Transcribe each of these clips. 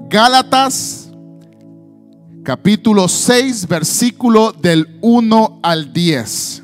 Gálatas capítulo 6, versículo del 1 al 10.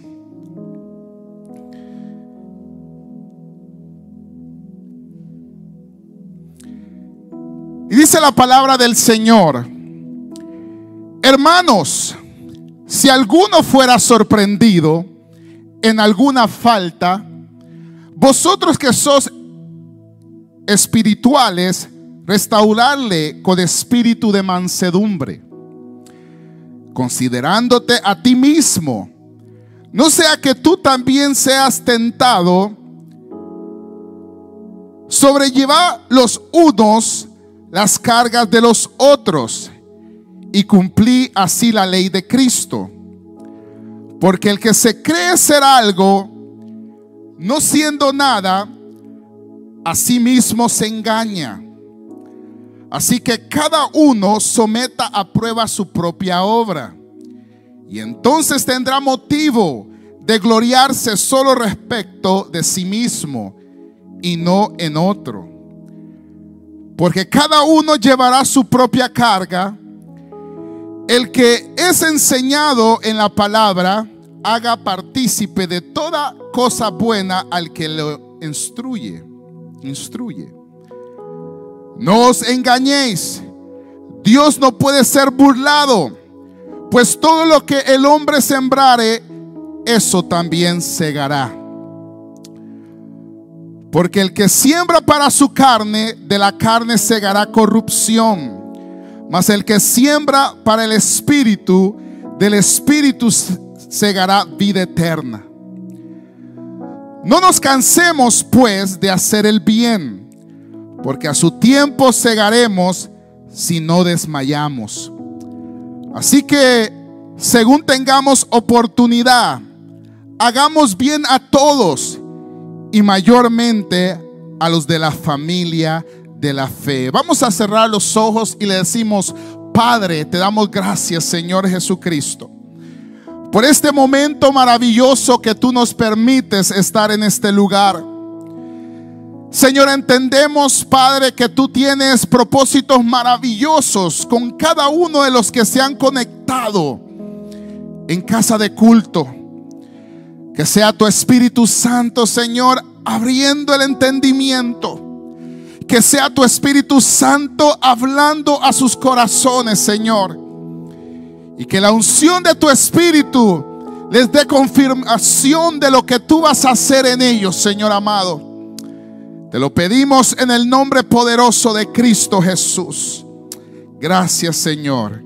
Y dice la palabra del Señor: hermanos, si alguno fuera sorprendido en alguna falta, vosotros que sois espirituales, restaurarle con espíritu de mansedumbre, considerándote a ti mismo, no sea que tú también seas tentado. Sobrellevad los unos las cargas de los otros y cumplí así la ley de Cristo. Porque el que se cree ser algo, no siendo nada, a sí mismo se engaña. Así que cada uno someta a prueba su propia obra, y entonces tendrá motivo de gloriarse solo respecto de sí mismo y no en otro. Porque cada uno llevará su propia carga. El que es enseñado en la palabra, haga partícipe de toda cosa buena al que lo instruye. No os engañéis, Dios no puede ser burlado, pues todo lo que el hombre sembrare, eso también segará. Porque el que siembra para su carne, de la carne segará corrupción. Mas el que siembra para el espíritu, del espíritu segará vida eterna. No nos cansemos pues de hacer el bien, porque a su tiempo segaremos si no desmayamos. Así que, según tengamos oportunidad, hagamos bien a todos, y mayormente a los de la familia de la fe. Vamos a cerrar los ojos y le decimos: Padre, te damos gracias, Señor Jesucristo, por este momento maravilloso que tú nos permites estar en este lugar. Señor, entendemos, Padre, que tú tienes propósitos maravillosos con cada uno de los que se han conectado en casa de culto. Que sea tu Espíritu Santo, Señor, abriendo el entendimiento. Que sea tu Espíritu Santo hablando a sus corazones, Señor. Y que la unción de tu Espíritu les dé confirmación de lo que tú vas a hacer en ellos, Señor amado. Te lo pedimos en el nombre poderoso de Cristo Jesús. Gracias, Señor.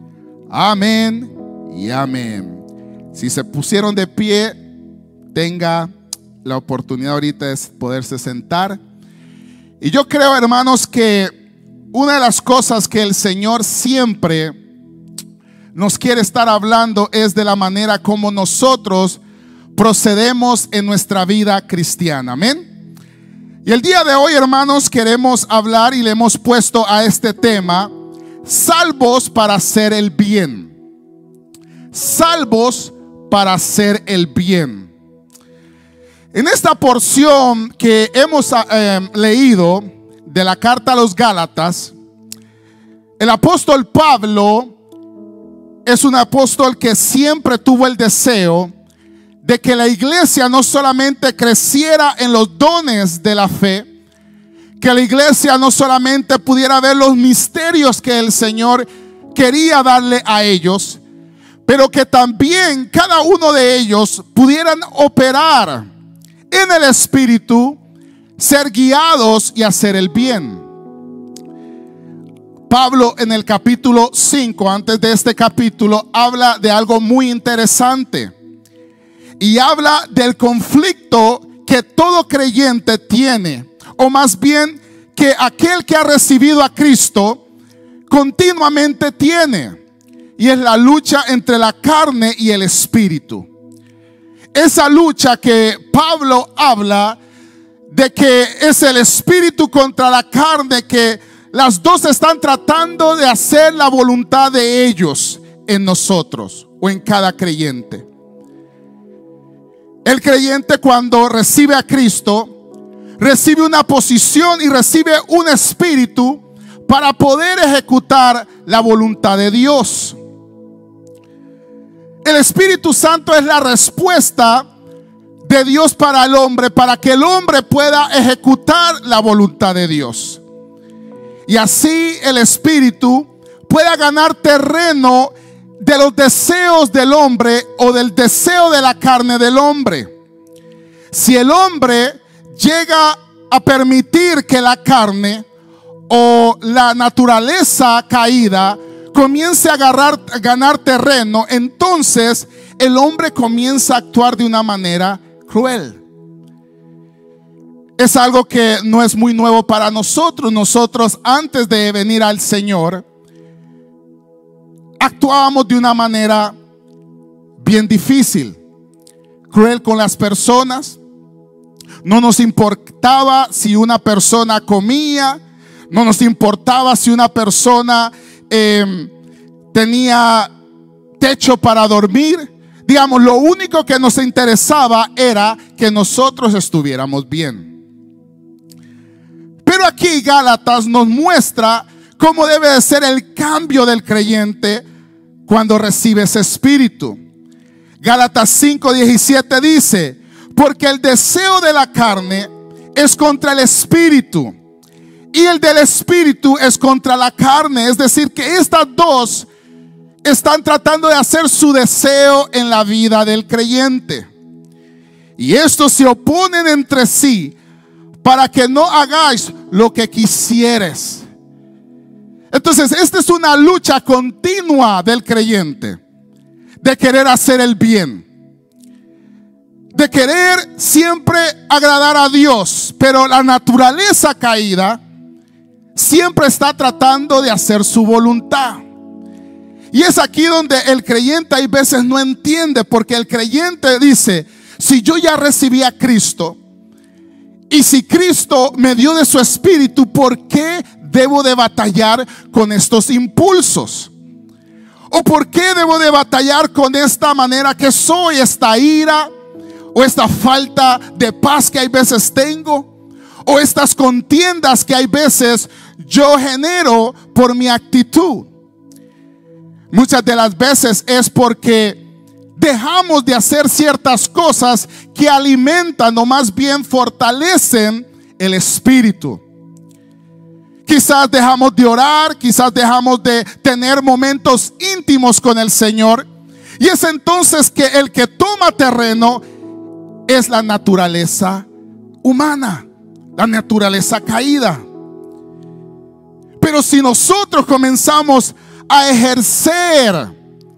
Amén y amén. Si se pusieron de pie, tenga la oportunidad ahorita de poderse sentar. Y yo creo, hermanos, que una de las cosas que el Señor siempre nos quiere estar hablando es de la manera como nosotros procedemos en nuestra vida cristiana. Amén. Y el día de hoy, hermanos, queremos hablar y le hemos puesto a este tema: salvos para hacer el bien. Salvos para hacer el bien. En esta porción que hemos leído de la carta a los Gálatas, el apóstol Pablo es un apóstol que siempre tuvo el deseo de que la iglesia no solamente creciera en los dones de la fe, que la iglesia no solamente pudiera ver los misterios que el Señor quería darle a ellos, pero que también cada uno de ellos pudieran operar en el Espíritu, ser guiados y hacer el bien. Pablo en el capítulo 5, antes de este capítulo, habla de algo muy interesante. Y habla del conflicto que todo creyente tiene, o más bien que aquel que ha recibido a Cristo continuamente tiene. Y es la lucha entre la carne y el espíritu. Esa lucha que Pablo habla de que es el espíritu contra la carne, que las dos están tratando de hacer la voluntad de ellos en nosotros o en cada creyente. El creyente, cuando recibe a Cristo, recibe una posición y recibe un espíritu para poder ejecutar la voluntad de Dios. El Espíritu Santo es la respuesta de Dios para el hombre, para que el hombre pueda ejecutar la voluntad de Dios. Y así el Espíritu pueda ganar terreno de los deseos del hombre o del deseo de la carne del hombre. Si el hombre llega a permitir que la carne o la naturaleza caída comience a ganar terreno, entonces el hombre comienza a actuar de una manera cruel. Es algo que no es muy nuevo para nosotros. Nosotros, antes de venir al Señor, actuábamos de una manera bien difícil, cruel con las personas. No nos importaba si una persona comía, no nos importaba si una persona tenía techo para dormir. Digamos, lo único que nos interesaba era que nosotros estuviéramos bien. Pero aquí Gálatas nos muestra cómo debe de ser el cambio del creyente cuando recibe ese espíritu. Gálatas 5:17 dice: porque el deseo de la carne es contra el espíritu, y el del espíritu es contra la carne. Es decir, que estas dos están tratando de hacer su deseo en la vida del creyente. Y estos se oponen entre sí para que no hagáis lo que quisieres. Entonces, esta es una lucha continua del creyente, de querer hacer el bien, de querer siempre agradar a Dios. Pero la naturaleza caída siempre está tratando de hacer su voluntad. Y es aquí donde el creyente hay veces no entiende, porque el creyente dice: si yo ya recibí a Cristo y si Cristo me dio de su espíritu, ¿por qué debo de batallar con estos impulsos? ¿O por qué debo de batallar con esta manera que soy, esta ira o esta falta de paz que hay veces tengo, o estas contiendas que hay veces yo genero por mi actitud? Muchas de las veces es porque dejamos de hacer ciertas cosas que alimentan o más bien fortalecen el espíritu. Quizás dejamos de orar, quizás dejamos de tener momentos íntimos con el Señor. Y es entonces que el que toma terreno es la naturaleza humana, la naturaleza caída. Pero si nosotros comenzamos a ejercer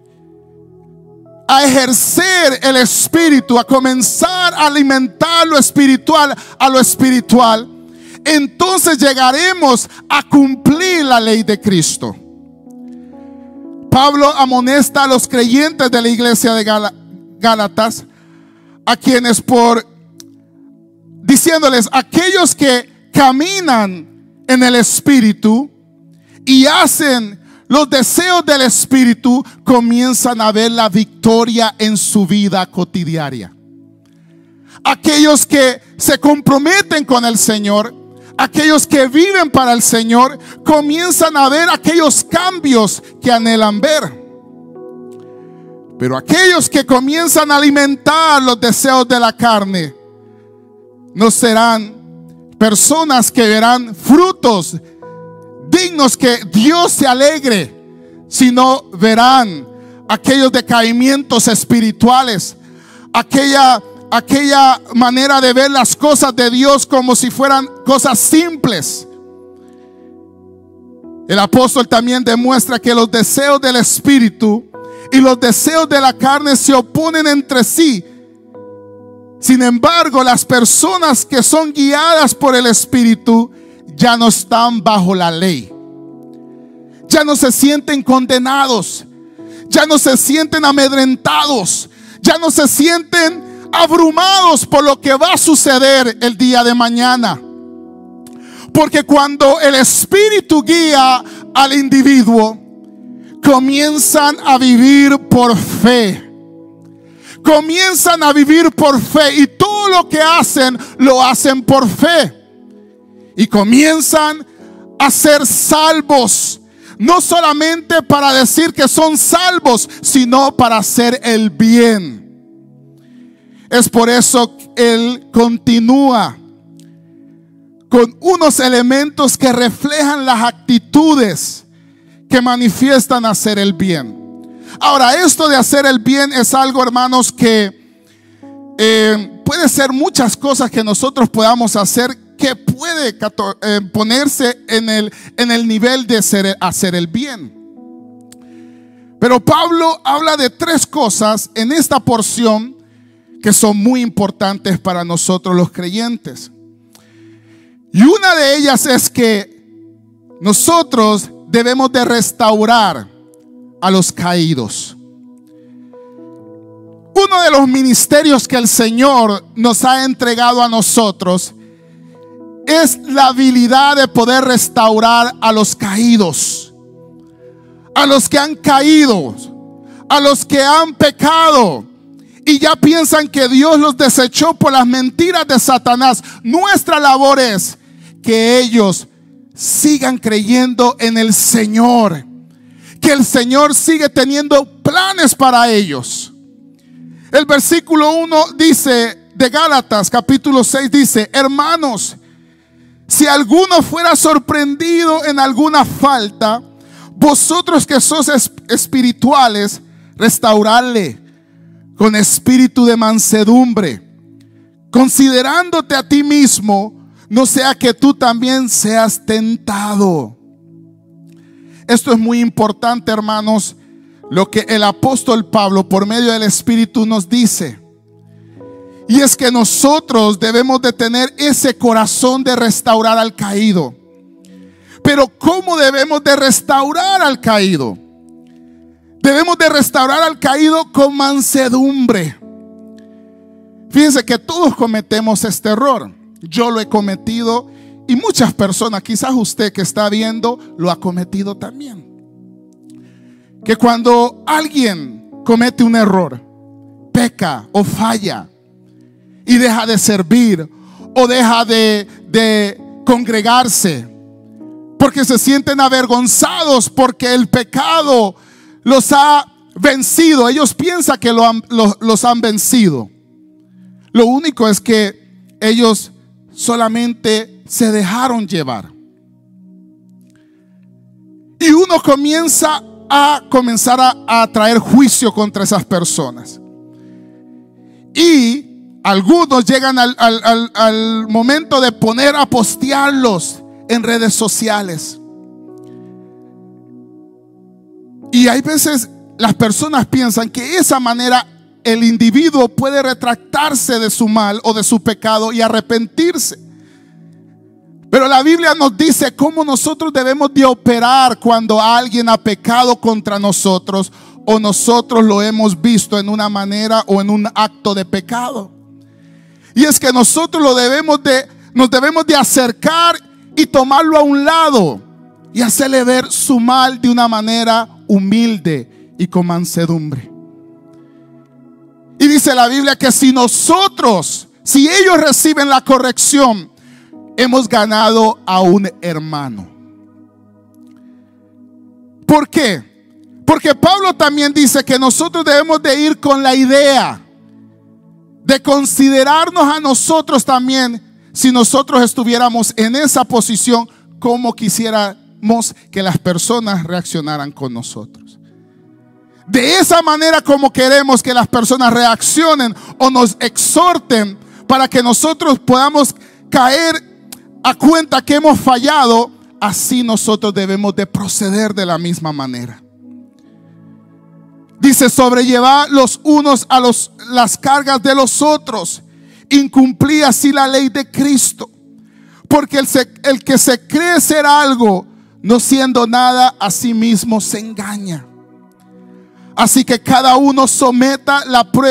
el espíritu, a comenzar a alimentar lo espiritual a lo espiritual, entonces llegaremos a cumplir la ley de Cristo. Pablo amonesta a los creyentes de la iglesia de Gálatas, a quienes diciéndoles: aquellos que caminan en el espíritu y hacen los deseos del espíritu, comienzan a ver la victoria en su vida cotidiana. Aquellos que se comprometen con el Señor, aquellos que viven para el Señor, comienzan a ver aquellos cambios que anhelan ver. Pero aquellos que comienzan a alimentar los deseos de la carne, no serán personas que verán frutos dignos que Dios se alegre, sino verán aquellos decaimientos espirituales, aquella manera de ver las cosas de Dios como si fueran cosas simples. El apóstol también demuestra que los deseos del espíritu y los deseos de la carne se oponen entre sí. Sin embargo, las personas que son guiadas por el espíritu ya no están bajo la ley, ya no se sienten condenados, ya no se sienten amedrentados, ya no se sienten abrumados por lo que va a suceder el día de mañana. Porque cuando el espíritu guía al individuo, comienzan a vivir por fe. Comienzan a vivir por fe, y todo lo que hacen lo hacen por fe. Y comienzan a ser salvos. No solamente para decir que son salvos, sino para hacer el bien. Es por eso que él continúa con unos elementos que reflejan las actitudes que manifiestan hacer el bien. Ahora, esto de hacer el bien es algo, hermanos, que puede ser muchas cosas que nosotros podamos hacer, que puede ponerse en el nivel de hacer el bien. Pero Pablo habla de tres cosas en esta porción que son muy importantes para nosotros los creyentes. Y una de ellas es que nosotros debemos de restaurar a los caídos. Uno de los ministerios que el Señor nos ha entregado a nosotros es la habilidad de poder restaurar a los caídos, a los que han caído, a los que han pecado y ya piensan que Dios los desechó por las mentiras de Satanás. Nuestra labor es que ellos sigan creyendo en el Señor, que el Señor sigue teniendo planes para ellos. El versículo 1 dice de Gálatas capítulo 6, dice: hermanos, si alguno fuera sorprendido en alguna falta, vosotros que sois espirituales, restaurarle con espíritu de mansedumbre, considerándote a ti mismo, no sea que tú también seas tentado. Esto es muy importante, hermanos, lo que el apóstol Pablo por medio del Espíritu nos dice. Y es que nosotros debemos de tener ese corazón de restaurar al caído. Pero ¿cómo debemos de restaurar al caído? Debemos de restaurar al caído con mansedumbre. Fíjense que todos cometemos este error. Yo lo he cometido y muchas personas, quizás usted que está viendo, lo ha cometido también. Que cuando alguien comete un error, peca o falla y deja de servir o deja de congregarse, porque se sienten avergonzados porque el pecado los ha vencido. Ellos piensan que los han vencido. Lo único es que ellos solamente se dejaron llevar. Y uno comienza a traer juicio contra esas personas. Y algunos llegan al momento de poner a postearlos en redes sociales. Y hay veces las personas piensan que de esa manera el individuo puede retractarse de su mal o de su pecado y arrepentirse. Pero la Biblia nos dice cómo nosotros debemos de operar cuando alguien ha pecado contra nosotros o nosotros lo hemos visto en una manera o en un acto de pecado. Y es que nosotros nos debemos de acercar y tomarlo a un lado y hacerle ver su mal de una manera humilde y con mansedumbre. Y dice la Biblia que si ellos reciben la corrección, hemos ganado a un hermano. ¿Por qué? Porque Pablo también dice que nosotros debemos de ir con la idea de considerarnos a nosotros también, si nosotros estuviéramos en esa posición, como quisiéramos que las personas reaccionaran con nosotros. De esa manera como queremos que las personas reaccionen o nos exhorten para que nosotros podamos caer a cuenta que hemos fallado, así nosotros debemos de proceder de la misma manera. Dice: sobrellevar los unos a las cargas de los otros, incumplir así la ley de Cristo. Porque el que se cree ser algo, no siendo nada, a sí mismo se engaña. Así que cada uno someta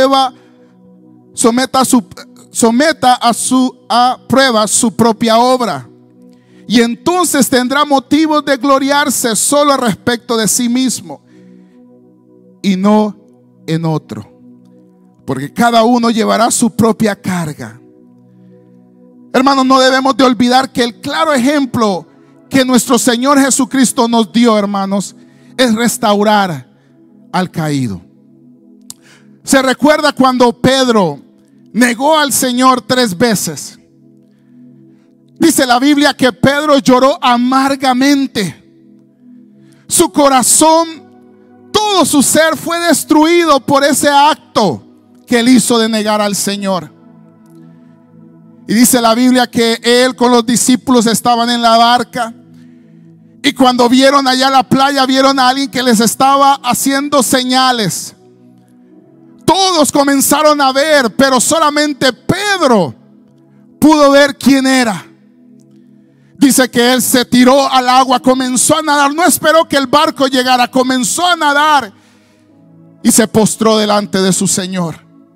a prueba su propia obra, y entonces tendrá motivos de gloriarse solo respecto de sí mismo y no en otro, porque cada uno llevará su propia carga. Hermanos, no debemos de olvidar que el claro ejemplo que nuestro Señor Jesucristo nos dio, hermanos, es restaurar al caído. Se recuerda cuando Pedro negó al Señor 3 veces. Dice la Biblia que Pedro lloró amargamente. Su corazón, todo su ser fue destruido por ese acto que él hizo de negar al Señor. Y dice la Biblia que él con los discípulos estaban en la barca. Y cuando vieron allá en la playa, vieron a alguien que les estaba haciendo señales. Todos comenzaron a ver, pero solamente Pedro pudo ver quién era. Dice que él se tiró al agua, comenzó a nadar. No esperó que el barco llegara, comenzó a nadar y se postró delante de su Señor.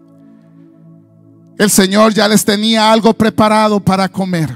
El Señor ya les tenía algo preparado para comer.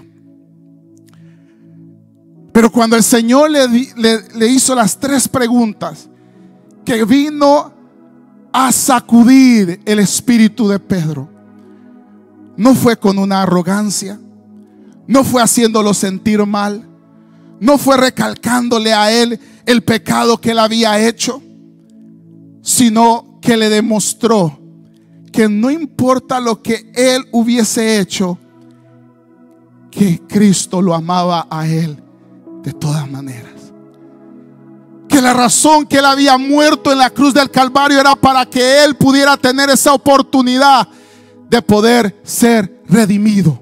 Pero cuando el Señor le hizo las 3 preguntas, que vino a sacudir el espíritu de Pedro, no fue con una arrogancia, no fue haciéndolo sentir mal, no fue recalcándole a él el pecado que él había hecho, sino que le demostró que no importa lo que él hubiese hecho, que Cristo lo amaba a él de todas maneras. Que la razón que él había muerto en la cruz del Calvario era para que él pudiera tener esa oportunidad de poder ser redimido.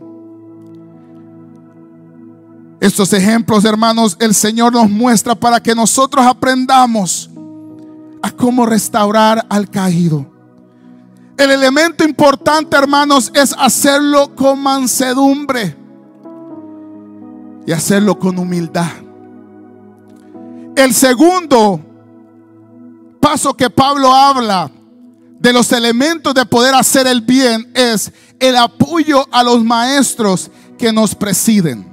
Estos ejemplos, hermanos, el Señor nos muestra para que nosotros aprendamos a cómo restaurar al caído. El elemento importante, hermanos, es hacerlo con mansedumbre y hacerlo con humildad. El segundo paso que Pablo habla de los elementos de poder hacer el bien es el apoyo a los maestros que nos presiden.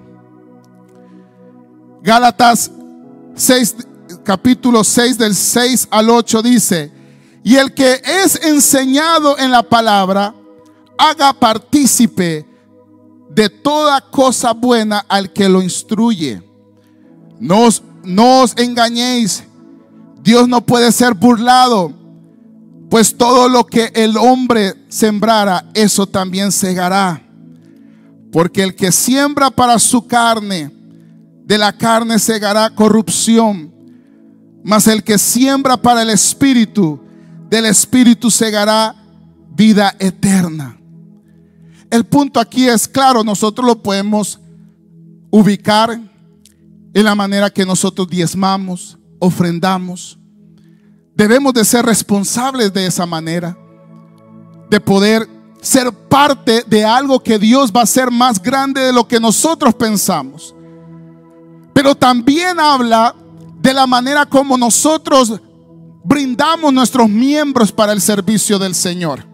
Gálatas 6, capítulo 6 del 6 al 8 dice: y el que es enseñado en la palabra, haga partícipe de toda cosa buena al que lo instruye. No os engañéis, Dios no puede ser burlado, pues todo lo que el hombre sembrara, eso también segará. Porque el que siembra para su carne, de la carne segará corrupción, mas el que siembra para el Espíritu, del Espíritu segará vida eterna. El punto aquí es claro, nosotros lo podemos ubicar en la manera que nosotros diezmamos, ofrendamos. Debemos de ser responsables de esa manera, de poder ser parte de algo que Dios va a hacer más grande de lo que nosotros pensamos. Pero también habla de la manera como nosotros brindamos nuestros miembros para el servicio del Señor.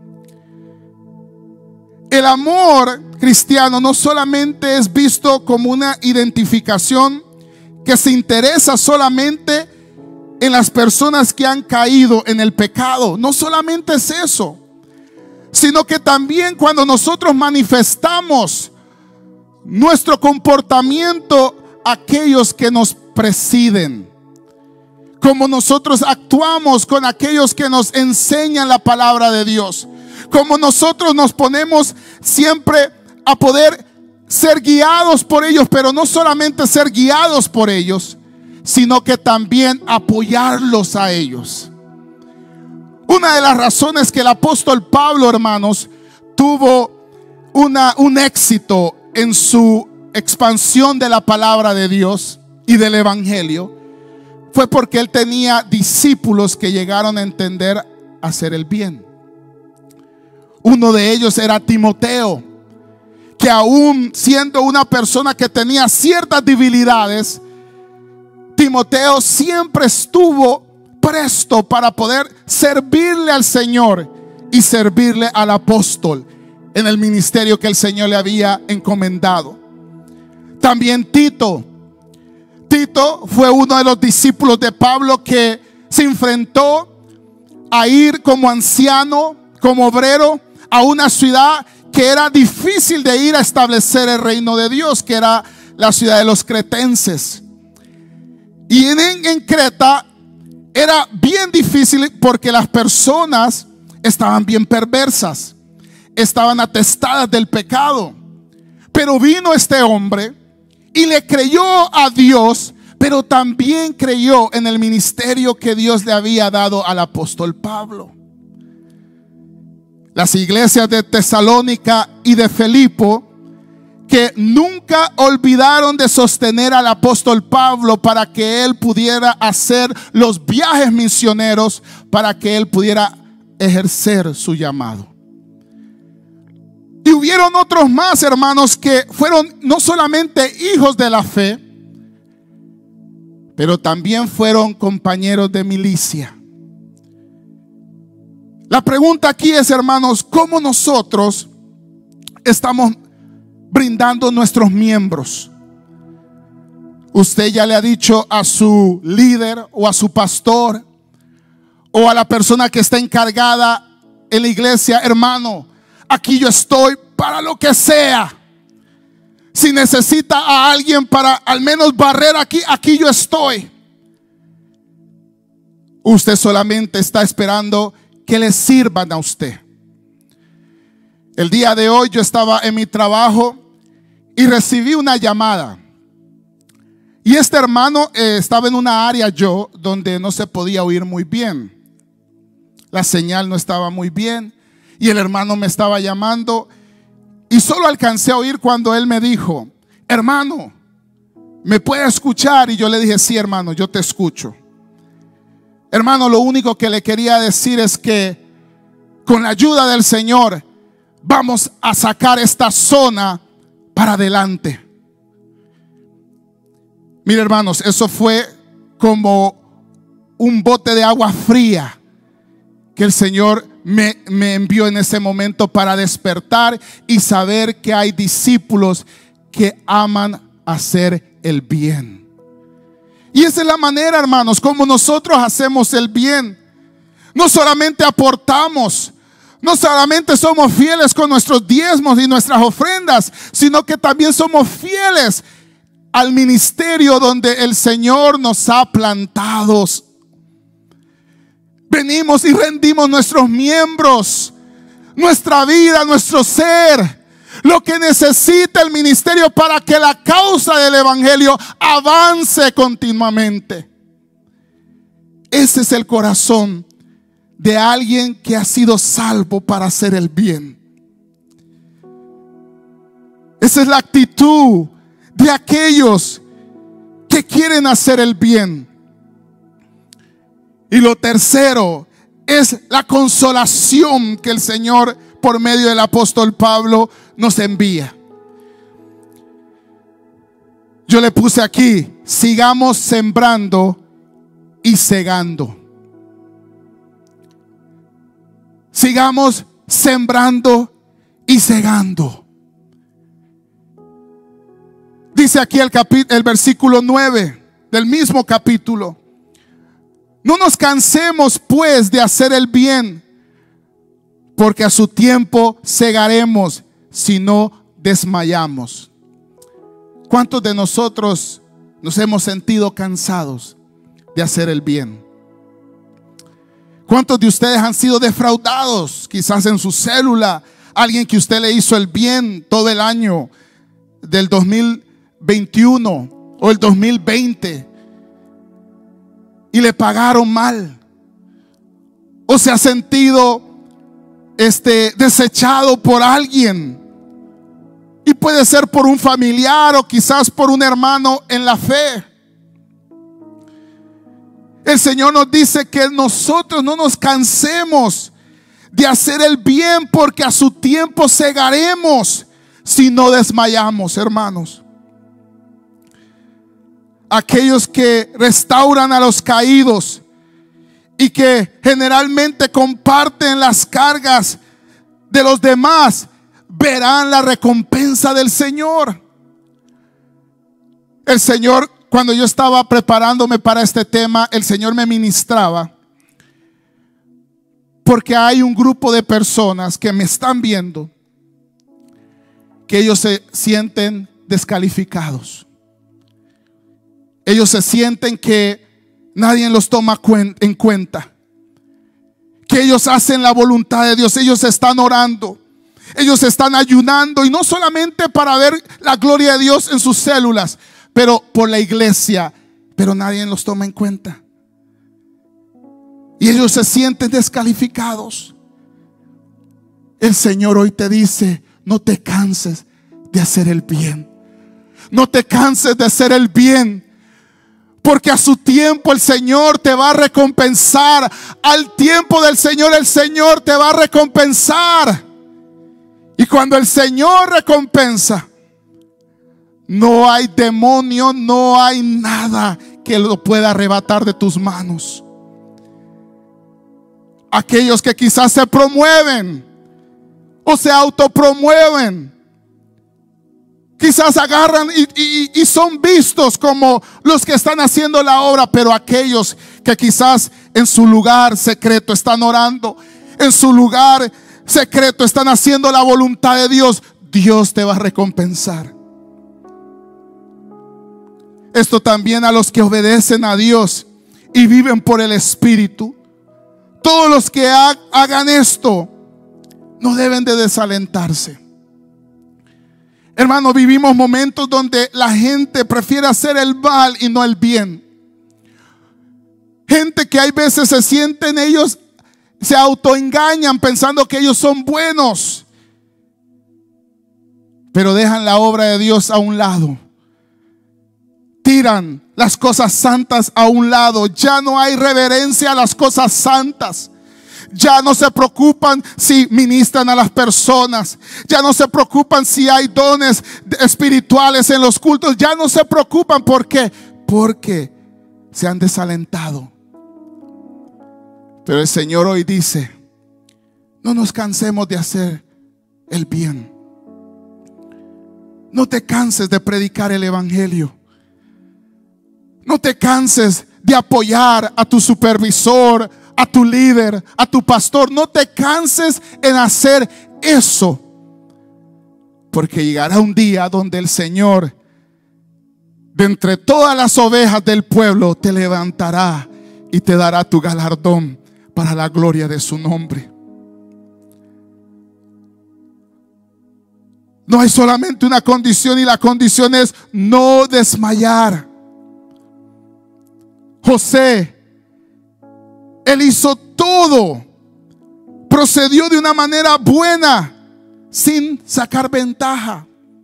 El amor cristiano no solamente es visto como una identificación que se interesa solamente en las personas que han caído en el pecado. No solamente es eso, sino que también cuando nosotros manifestamos nuestro comportamiento a aquellos que nos presiden, como nosotros actuamos con aquellos que nos enseñan la palabra de Dios, como nosotros nos ponemos siempre a poder ser guiados por ellos, pero no solamente ser guiados por ellos, sino que también apoyarlos a ellos. Una de las razones que el apóstol Pablo, hermanos, tuvo un éxito en su expansión de la palabra de Dios y del evangelio fue porque él tenía discípulos que llegaron a entender hacer el bien. Uno de ellos era Timoteo, que aún siendo una persona que tenía ciertas debilidades, Timoteo siempre estuvo presto para poder servirle al Señor y servirle al apóstol en el ministerio que el Señor le había encomendado. También Tito fue uno de los discípulos de Pablo que se enfrentó a ir como anciano, como obrero, a una ciudad que era difícil de ir a establecer el reino de Dios, que era la ciudad de los cretenses. Y en Creta era bien difícil porque las personas estaban bien perversas, estaban atestadas del pecado. Pero vino este hombre y le creyó a Dios, pero también creyó en el ministerio que Dios le había dado al apóstol Pablo. Las iglesias de Tesalónica y de Filipo, que nunca olvidaron de sostener al apóstol Pablo para que él pudiera hacer los viajes misioneros, para que él pudiera ejercer su llamado. Y hubieron otros más, hermanos, que fueron no solamente hijos de la fe, pero también fueron compañeros de milicia. La pregunta aquí es, hermanos, ¿cómo nosotros estamos brindando nuestros miembros? Usted ya le ha dicho a su líder o a su pastor o a la persona que está encargada en la iglesia: hermano, aquí yo estoy para lo que sea. Si necesita a alguien para al menos barrer aquí, aquí yo estoy. Usted solamente está esperando que le sirvan a usted. El día de hoy yo estaba en mi trabajo y recibí una llamada. Y este hermano estaba en una área donde no se podía oír muy bien. La señal no estaba muy bien. Y el hermano me estaba llamando y solo alcancé a oír cuando él me dijo: hermano, ¿me puede escuchar? Y yo le dije: sí, hermano, yo te escucho. Hermano, lo único que le quería decir es que con la ayuda del Señor vamos a sacar esta zona para adelante. Mire, hermanos, eso fue como un bote de agua fría que el Señor me envió en ese momento para despertar y saber que hay discípulos que aman hacer el bien. Y esa es la manera, hermanos, como nosotros hacemos el bien. No solamente aportamos, no solamente somos fieles con nuestros diezmos y nuestras ofrendas, sino que también somos fieles al ministerio donde el Señor nos ha plantado. Venimos y rendimos nuestros miembros, nuestra vida, nuestro ser, lo que necesita el ministerio para que la causa del evangelio avance continuamente. Ese es el corazón de alguien que ha sido salvo para hacer el bien. Esa es la actitud de aquellos que quieren hacer el bien. Y lo tercero es la consolación que el Señor, por medio del apóstol Pablo, nos envía. Yo le puse aquí: sigamos sembrando y segando. Sigamos sembrando y segando. Dice aquí el versículo 9 del mismo capítulo: no nos cansemos pues de hacer el bien, porque a su tiempo segaremos si no desmayamos. ¿Cuántos de nosotros nos hemos sentido cansados de hacer el bien? ¿Cuántos de ustedes han sido defraudados? Quizás en su célula, alguien que usted le hizo el bien todo el año del 2021 o el 2020 y le pagaron mal, o se ha sentido desechado por alguien, y puede ser por un familiar o quizás por un hermano en la fe. El Señor nos dice que nosotros no nos cansemos de hacer el bien, porque a su tiempo segaremos si no desmayamos, hermanos. Aquellos que restauran a los caídos y que generalmente comparten las cargas de los demás, verán la recompensa del Señor. El Señor, cuando yo estaba preparándome para este tema, el Señor me ministraba, porque hay un grupo de personas que me están viendo, que ellos se sienten descalificados. Ellos se sienten que nadie los toma en cuenta, que ellos hacen la voluntad de Dios. Ellos están orando, ellos están ayunando, y no solamente para ver la gloria de Dios en sus células, pero por la iglesia, pero nadie los toma en cuenta. Y ellos se sienten descalificados. El Señor hoy te dice: no te canses de hacer el bien. No te canses de hacer el bien, porque a su tiempo el Señor te va a recompensar. Al tiempo del Señor, el Señor te va a recompensar. Y cuando el Señor recompensa, no hay demonio, no hay nada que lo pueda arrebatar de tus manos. Aquellos que quizás se promueven o se autopromueven, quizás agarran y son vistos como los que están haciendo la obra. Pero aquellos que quizás en su lugar secreto están orando, en su lugar secreto están haciendo la voluntad de Dios, Dios te va a recompensar. Esto también a los que obedecen a Dios y viven por el Espíritu. Todos los que hagan esto no deben de desalentarse. Hermano, vivimos momentos donde la gente prefiere hacer el mal y no el bien. Gente que hay veces se sienten, ellos se autoengañan pensando que ellos son buenos, pero dejan la obra de Dios a un lado. Tiran las cosas santas a un lado. Ya no hay reverencia a las cosas santas. Ya no se preocupan si ministran a las personas. Ya no se preocupan si hay dones espirituales en los cultos. Ya no se preocupan. ¿Por qué? Porque se han desalentado. Pero el Señor hoy dice: no nos cansemos de hacer el bien. No te canses de predicar el evangelio. No te canses de apoyar a tu supervisor, a tu líder, a tu pastor. No te canses en hacer eso, porque llegará un día donde el Señor, de entre todas las ovejas del pueblo, te levantará y te dará tu galardón para la gloria de su nombre. No hay solamente una condición, y la condición es no desmayar. José, él hizo todo, procedió de una manera buena, sin sacar ventaja,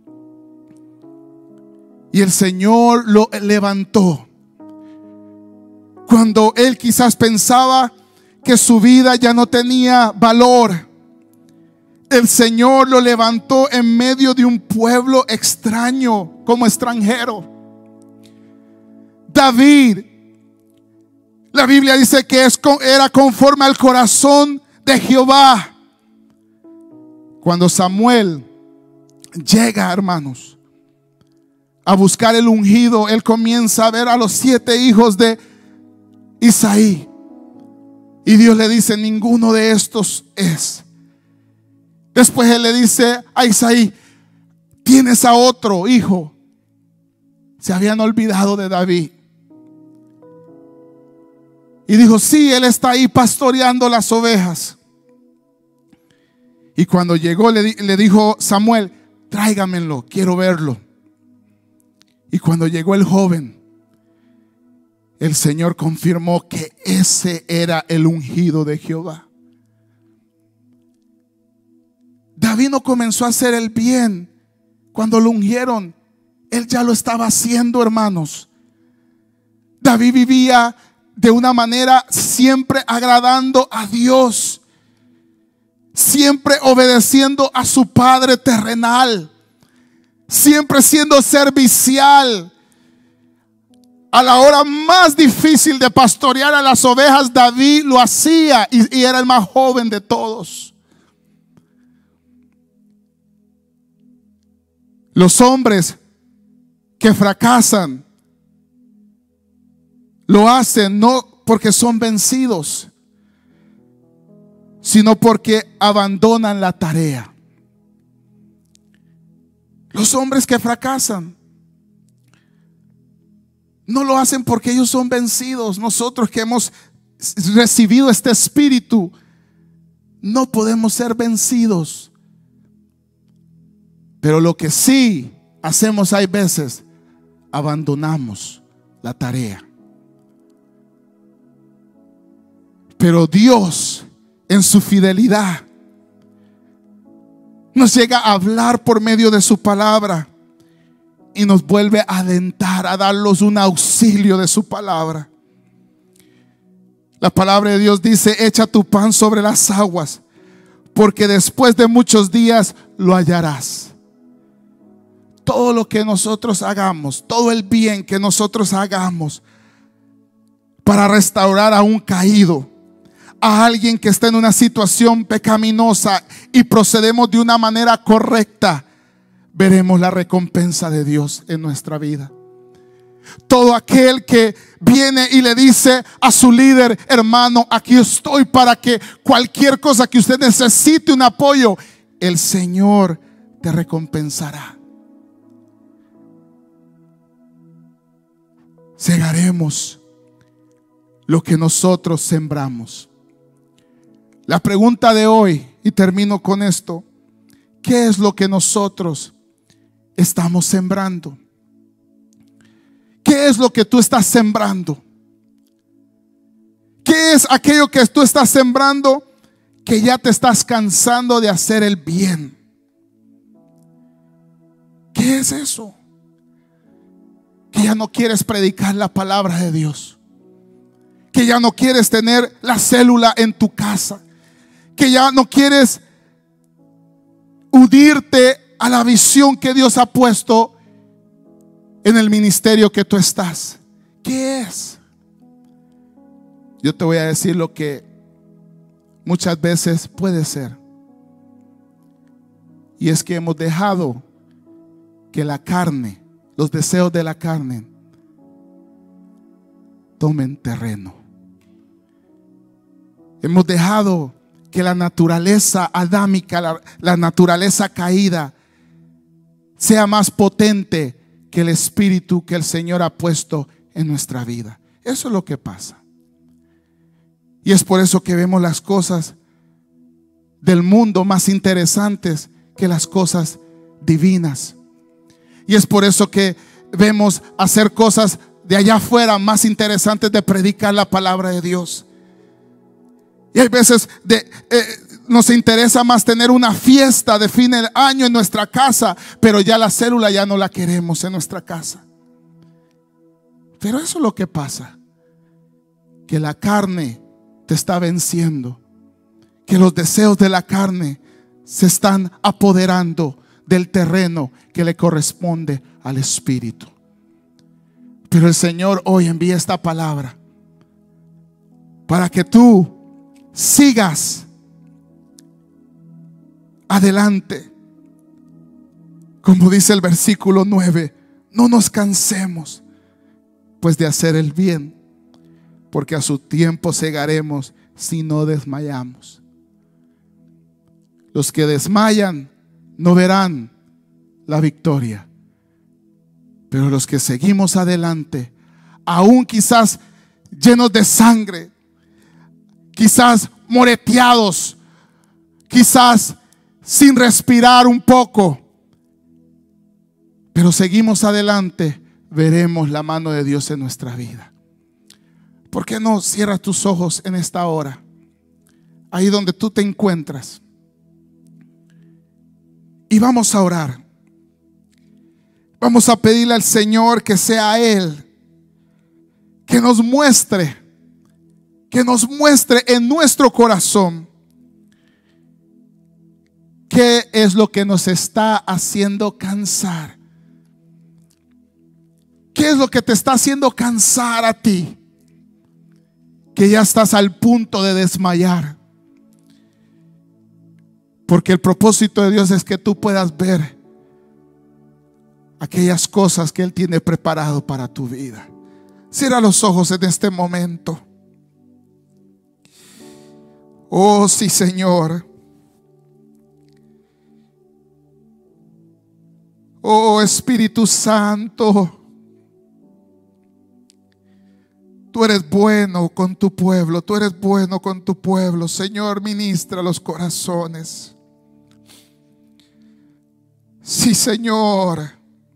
y el Señor lo levantó cuando él quizás pensaba que su vida ya no tenía valor. El Señor lo levantó en medio de un pueblo extraño, como extranjero. David, la Biblia dice que era conforme al corazón de Jehová. Cuando Samuel llega, hermanos, a buscar el ungido, él comienza a ver a los 7 hijos de Isaí, y Dios le dice: ninguno de estos es. Después él le dice a Isaí: tienes a otro hijo. Se habían olvidado de David. Y dijo: sí, él está ahí pastoreando las ovejas. Y cuando llegó le dijo Samuel: tráigamelo, quiero verlo. Y cuando llegó el joven, el Señor confirmó que ese era el ungido de Jehová. David no comenzó a hacer el bien cuando lo ungieron. Él ya lo estaba haciendo, hermanos. David vivía de una manera siempre agradando a Dios, siempre obedeciendo a su padre terrenal, siempre siendo servicial. A la hora más difícil de pastorear a las ovejas, David lo hacía, y era el más joven de todos. Los hombres que fracasan lo hacen no porque son vencidos, sino porque abandonan la tarea. Los hombres que fracasan No lo hacen porque ellos son vencidos. Nosotros que hemos recibido este espíritu, no podemos ser vencidos. Pero lo que sí hacemos hay veces, abandonamos la tarea. Pero Dios, en su fidelidad, nos llega a hablar por medio de su palabra y nos vuelve a alentar, a darnos un auxilio de su palabra. La palabra de Dios dice: echa tu pan sobre las aguas, porque después de muchos días lo hallarás. Todo lo que nosotros hagamos, todo el bien que nosotros hagamos para restaurar a un caído, a alguien que está en una situación pecaminosa, y procedemos de una manera correcta, veremos la recompensa de Dios en nuestra vida. Todo aquel que viene y le dice a su líder: hermano, aquí estoy para que cualquier cosa que usted necesite un apoyo, el Señor te recompensará. Segaremos lo que nosotros sembramos. La pregunta de hoy, y termino con esto: ¿qué es lo que nosotros estamos sembrando? ¿Qué es lo que tú estás sembrando? ¿Qué es aquello que tú estás sembrando que ya te estás cansando de hacer el bien? ¿Qué es eso? Que ya no quieres predicar la palabra de Dios, que ya no quieres tener la célula en tu casa, que ya no quieres unirte a la visión que Dios ha puesto en el ministerio que tú estás. ¿Qué es? Yo te voy a decir lo que muchas veces puede ser, y es que hemos dejado que la carne, los deseos de la carne, tomen terreno. Hemos dejado que la naturaleza adámica, la naturaleza caída, sea más potente que el espíritu que el Señor ha puesto en nuestra vida. Eso es lo que pasa. Y es por eso que vemos las cosas del mundo más interesantes que las cosas divinas. Y es por eso que vemos hacer cosas de allá afuera más interesantes de predicar la palabra de Dios. Y hay veces nos interesa más tener una fiesta de fin de año en nuestra casa, pero ya la célula ya no la queremos en nuestra casa. Pero eso es lo que pasa, que la carne te está venciendo, que los deseos de la carne se están apoderando del terreno que le corresponde al Espíritu. Pero el Señor hoy envía esta palabra para que tú sigas adelante. Como dice el versículo 9: no nos cansemos pues de hacer el bien, porque a su tiempo segaremos si no desmayamos. Los que desmayan no verán la victoria, pero los que seguimos adelante, aún quizás llenos de sangre, quizás moreteados, quizás sin respirar un poco, pero seguimos adelante, veremos la mano de Dios en nuestra vida. ¿Por qué no cierras tus ojos en esta hora, ahí donde tú te encuentras? Y vamos a orar. Vamos a pedirle al Señor que sea Él que nos muestre en nuestro corazón qué es lo que nos está haciendo cansar. ¿Qué es lo que te está haciendo cansar a ti? Que ya estás al punto de desmayar. Porque el propósito de Dios es que tú puedas ver aquellas cosas que Él tiene preparado para tu vida. Cierra los ojos en este momento. Oh sí, Señor. Oh Espíritu Santo, Tú eres bueno con tu pueblo, tú eres bueno con tu pueblo. Señor, ministra los corazones. Sí, Señor.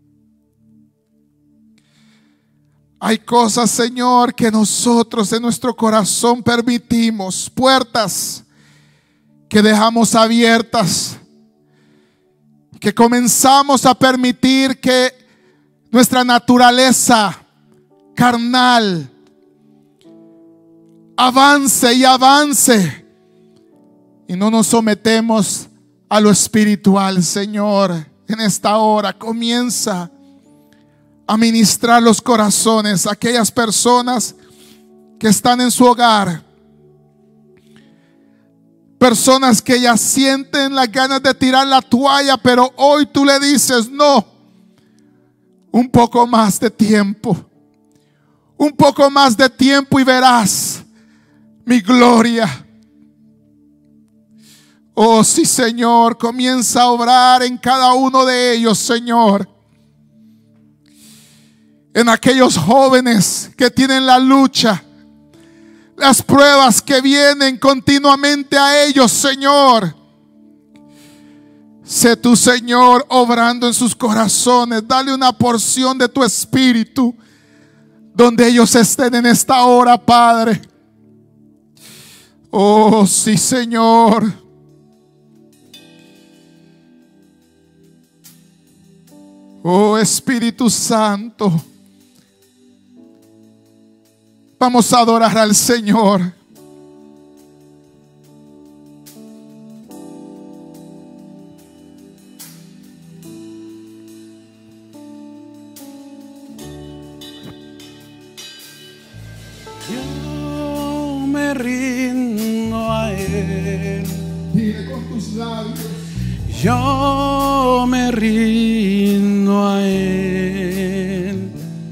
Hay cosas, Señor, que nosotros en nuestro corazón permitimos, puertas que dejamos abiertas, que comenzamos a permitir que nuestra naturaleza carnal avance y avance, y no nos sometemos a lo espiritual. Señor, en esta hora comienza a ministrar los corazones a aquellas personas que están en su hogar, personas que ya sienten las ganas de tirar la toalla, pero hoy tú le dices: no, un poco más de tiempo, un poco más de tiempo y verás mi gloria. Oh sí, Señor, comienza a obrar en cada uno de ellos, Señor. En aquellos jóvenes que tienen la lucha, las pruebas que vienen continuamente a ellos, Señor. Sé tú, Señor, obrando en sus corazones. Dale una porción de tu espíritu donde ellos estén en esta hora, Padre. Oh sí, Señor. Oh Espíritu Santo, vamos a adorar al Señor. Yo me rindo a Él. Dile con tus labios. Yo me rindo a Él.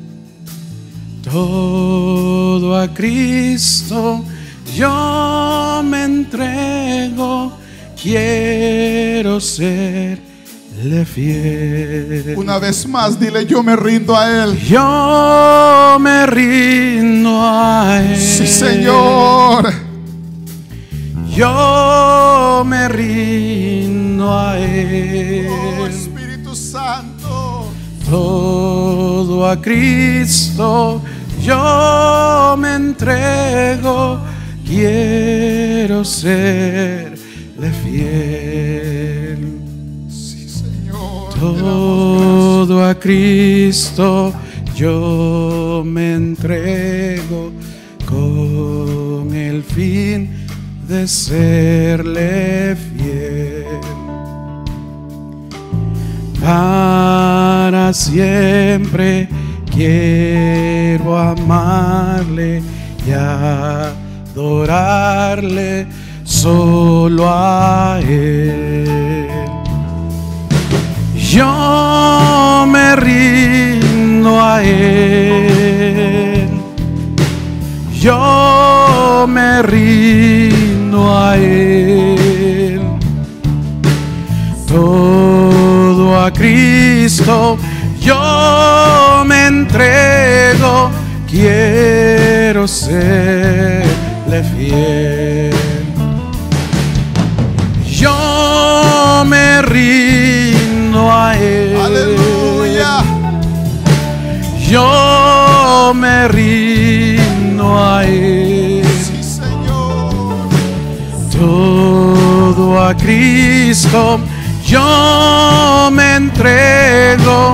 Todo a Cristo yo me entrego. Quiero serle fiel. Una vez más, dile: yo me rindo a Él. Yo me rindo a Él. Sí, Señor. Yo me rindo a Él. Oh Espíritu Santo. Todo a Cristo yo me entrego. Quiero serle fiel. Sí, Señor. Todo a Cristo yo me entrego, con el fin de serle fiel. Para siempre quiero amarle y adorarle solo a Él. Yo me rindo a Él. Yo me rindo a Él. Todo a Cristo yo me entrego. Quiero serle fiel. Yo me rindo a Él. Aleluya. Yo me rindo a Él. Sí, Señor. Todo a Cristo yo me entrego.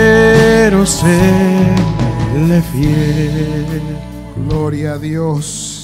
Quiero serle fiel. Gloria a Dios.